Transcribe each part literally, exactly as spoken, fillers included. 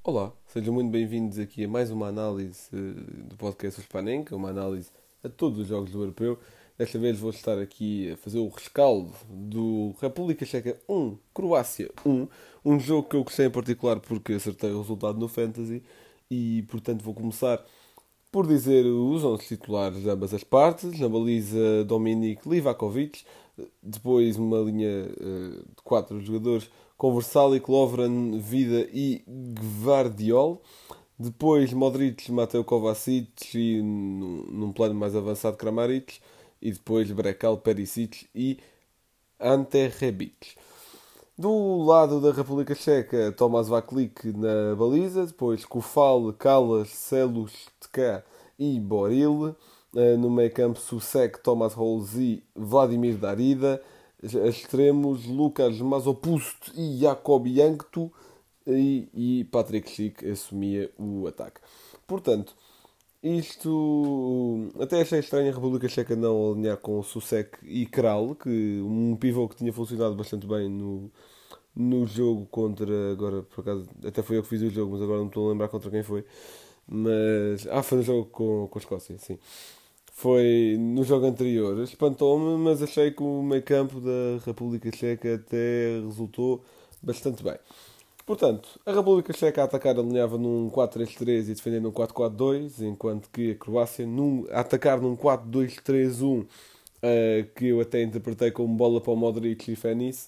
Olá, sejam muito bem-vindos aqui a mais uma análise eh, do podcast Hispanenca, uma análise a todos os jogos do Europeu. Desta vez vou estar aqui a fazer o rescaldo do República Checa um, Croácia um, um jogo que eu gostei em particular porque acertei o resultado no Fantasy e, portanto, vou começar por dizer os onze titulares de ambas as partes. Na baliza, Dominik Livakovic, depois uma linha eh, de quatro jogadores com Versalic, Lovren, Vida e Gvardiol. Depois Modric, Mateo Kovacic e, num, num plano mais avançado, Kramaric. E depois Brekal, Perisic e Ante Rebic. Do lado da República Checa, Tomás Vaklik na baliza, depois Kufal, Kalas, Selus, Tka e Boril. Eh, No meio campo, Susek, Thomas Rolls e Vladimir Darida. A extremos, Lucas Masopust e Jakob Jankto. E, e Patrick Schick assumia o ataque. Portanto, isto até achei estranho a República Checa não alinhar com o Susek e Kral, que um pivô que tinha funcionado bastante bem no, no jogo contra. Agora, por acaso, até foi eu que fiz o jogo, mas agora não me estou a lembrar contra quem foi. Mas. Ah, foi no jogo com, com a Escócia, sim. Foi no jogo anterior. Espantou-me, mas achei que o meio campo da República Checa até resultou bastante bem. Portanto, a República Checa a atacar alinhava num quatro três três e defender num quatro quatro dois, enquanto que a Croácia num, a atacar num quatro dois três um, uh, que eu até interpretei como bola para o Modric e Fenice.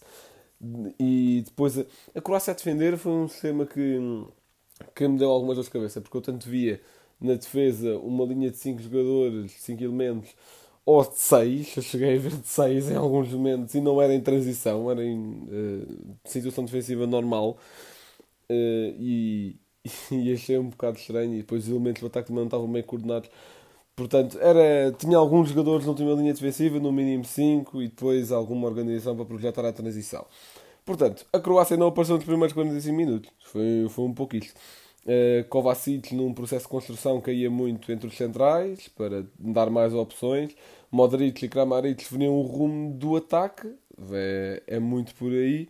E depois a, a Croácia a defender foi um sistema que, que me deu algumas dores de cabeça, porque eu tanto via na defesa uma linha de cinco jogadores, cinco elementos, ou de seis, eu cheguei a ver de seis em alguns momentos, e não era em transição, era em uh, situação defensiva normal. Uh, e, e achei um bocado estranho. E depois os elementos do ataque também não estavam meio coordenados. Portanto, era, tinha alguns jogadores na última linha defensiva, no mínimo cinco, e depois alguma organização para projetar a transição. Portanto, a Croácia não apareceu nos primeiros quarenta e cinco minutos. Foi, foi um pouco isto. Uh, Kovacic, num processo de construção, caía muito entre os centrais para dar mais opções. Modric e Kramaric definiam o rumo do ataque. É, é muito por aí.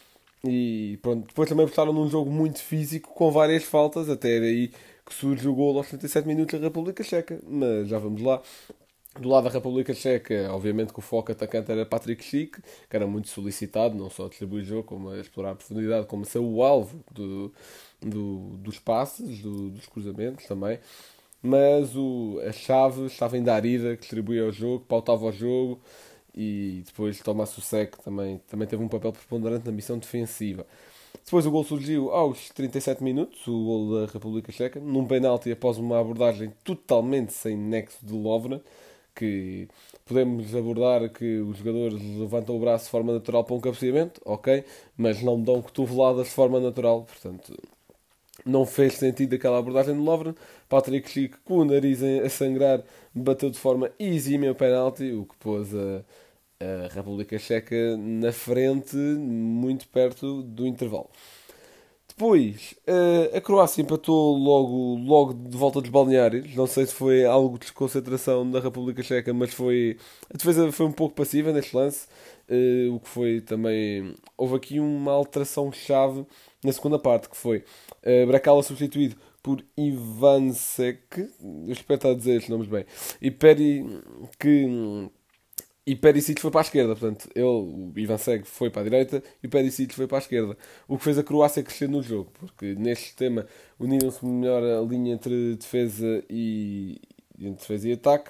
E pronto, depois também apostaram num jogo muito físico com várias faltas, até era aí que surge o gol aos trinta e sete minutos da República Checa. Mas já vamos lá. Do lado da República Checa, obviamente que o foco atacante era Patrick Schick, que era muito solicitado, não só a distribuir o jogo, como a explorar a profundidade, como a ser o alvo do, do, dos passes, do, dos cruzamentos também. Mas o, a chave estava em Darida, que distribuía o jogo, pautava o jogo, e depois Tomás Susek também, também teve um papel preponderante na missão defensiva. Depois o gol surgiu aos trinta e sete minutos, o gol da República Checa, num penalti após uma abordagem totalmente sem nexo de Lovren, que podemos abordar que os jogadores levantam o braço de forma natural para um cabeceamento, ok, mas não dão cotoveladas de forma natural, portanto não fez sentido aquela abordagem de Lovren. Patrick Schick, com o nariz a sangrar, bateu de forma exímia o penalti, o que pôs a, a República Checa na frente, muito perto do intervalo. Depois, eh, a Croácia empatou logo, logo de volta dos balneários. Não sei se foi algo de desconcentração da República Checa, mas foi. A defesa foi um pouco passiva neste lance. eh, o que foi também. Houve aqui uma alteração-chave na segunda parte, que foi uh, Bracala substituído por Ivansek. Eu espero estar a dizer estes nomes bem. E Peri. Que. E Perisic foi para a esquerda, portanto, ele, o Ivan Seg foi para a direita e o Perisic foi para a esquerda. O que fez a Croácia crescer no jogo, porque neste sistema uniram-se melhor a linha entre defesa e, entre defesa e ataque,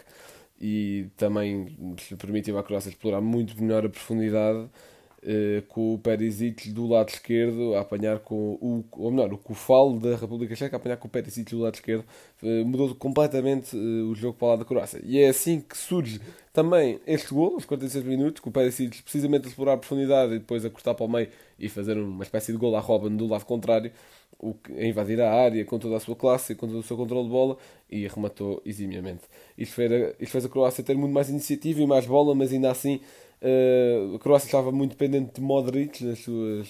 e também permitiu à Croácia explorar muito melhor a profundidade, eh, com o Perisic do lado esquerdo a apanhar com o, ou melhor, o Kufal da República Checa a apanhar com o Perisic do lado esquerdo. Eh, mudou completamente eh, o jogo para o lado da Croácia. E é assim que surge também este gol, aos quarenta e seis minutos, com o Perisic precisamente a explorar a profundidade e depois a cortar para o meio e fazer uma espécie de gol à Robin do lado contrário, o que, a invadir a área com toda a sua classe, com todo o seu controle de bola, e arrematou eximiamente. Isto fez, a, isto fez a Croácia ter muito mais iniciativa e mais bola, mas ainda assim uh, a Croácia estava muito dependente de Modric nas suas,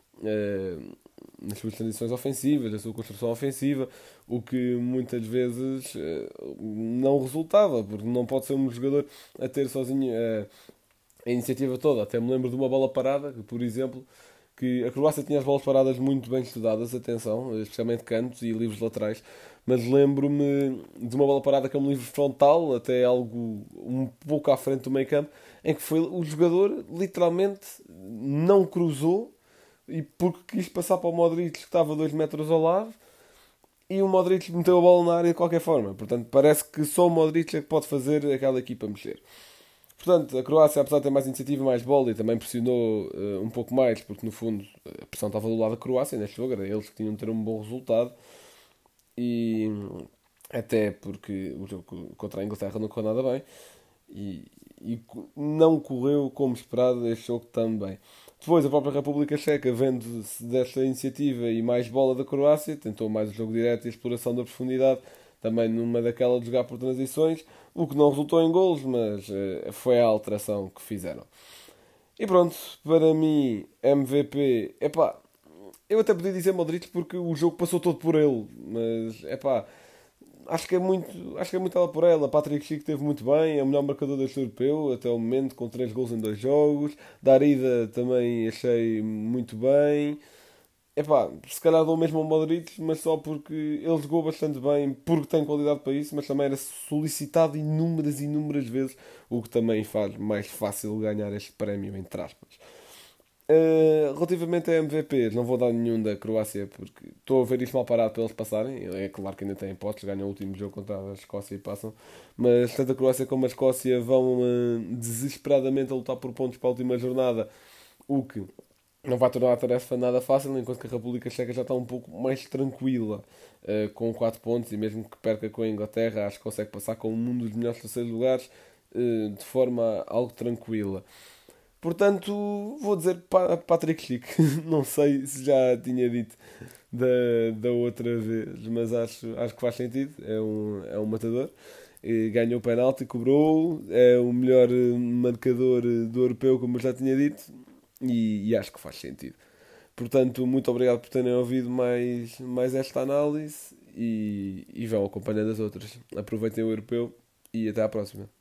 uh, nas suas transições ofensivas, na sua construção ofensiva, o que muitas vezes uh, não resultava, porque não pode ser um jogador a ter sozinho uh, a iniciativa toda. Até me lembro de uma bola parada, por exemplo, que a Croácia tinha as bolas paradas muito bem estudadas, atenção, especialmente cantos e livros laterais, mas lembro-me de uma bola parada que é um livro frontal, até algo um pouco à frente do meio campo, em que foi o jogador literalmente não cruzou e porque quis passar para o Modric que estava dois metros ao lado e o Modric meteu a bola na área de qualquer forma. Portanto, parece que só o Modric é que pode fazer aquela equipa mexer. Portanto, a Croácia, apesar de ter mais iniciativa, mais bola e também pressionou uh, um pouco mais, porque no fundo a pressão estava do lado da Croácia neste jogo, era eles que tinham de ter um bom resultado e até porque o jogo contra a Inglaterra não correu nada bem e, e não correu como esperado este jogo também. Depois a própria República Checa, vendo-se desta iniciativa e mais bola da Croácia, tentou mais o jogo direto e a exploração da profundidade, também numa daquela de jogar por transições, o que não resultou em golos, mas uh, foi a alteração que fizeram. E pronto, para mim, M V P, epá, eu até podia dizer Modric porque o jogo passou todo por ele, mas epá, acho que é muito, acho que é muito ela por ela. Patrick Schick esteve muito bem, é o melhor marcador deste europeu até o momento, com três gols em dois jogos. Darida também achei muito bem. Epá, se calhar dou mesmo ao Modric, mas só porque ele jogou bastante bem, porque tem qualidade para isso, mas também era solicitado inúmeras e inúmeras vezes, o que também faz mais fácil ganhar este prémio, entre aspas. Uh, relativamente a M V Ps, não vou dar nenhum da Croácia porque estou a ver isto mal parado para eles passarem. É claro que ainda têm hipóteses, ganham o último jogo contra a Escócia e passam. Mas tanto a Croácia como a Escócia vão uh, desesperadamente a lutar por pontos para a última jornada, o que não vai tornar a tarefa nada fácil, enquanto que a República Checa já está um pouco mais tranquila, uh, com quatro pontos, e mesmo que perca com a Inglaterra, acho que consegue passar com um dos melhores terceiros lugares uh, de forma algo tranquila. Portanto, vou dizer pa Patrick Schick. Não sei se já tinha dito da, da outra vez, mas acho, acho que faz sentido. É um, é um matador. E ganhou o penalti, cobrou. É o melhor marcador do europeu, como eu já tinha dito. E, e acho que faz sentido. Portanto, muito obrigado por terem ouvido mais, mais esta análise. E, e vão acompanhando as outras. Aproveitem o europeu e até à próxima.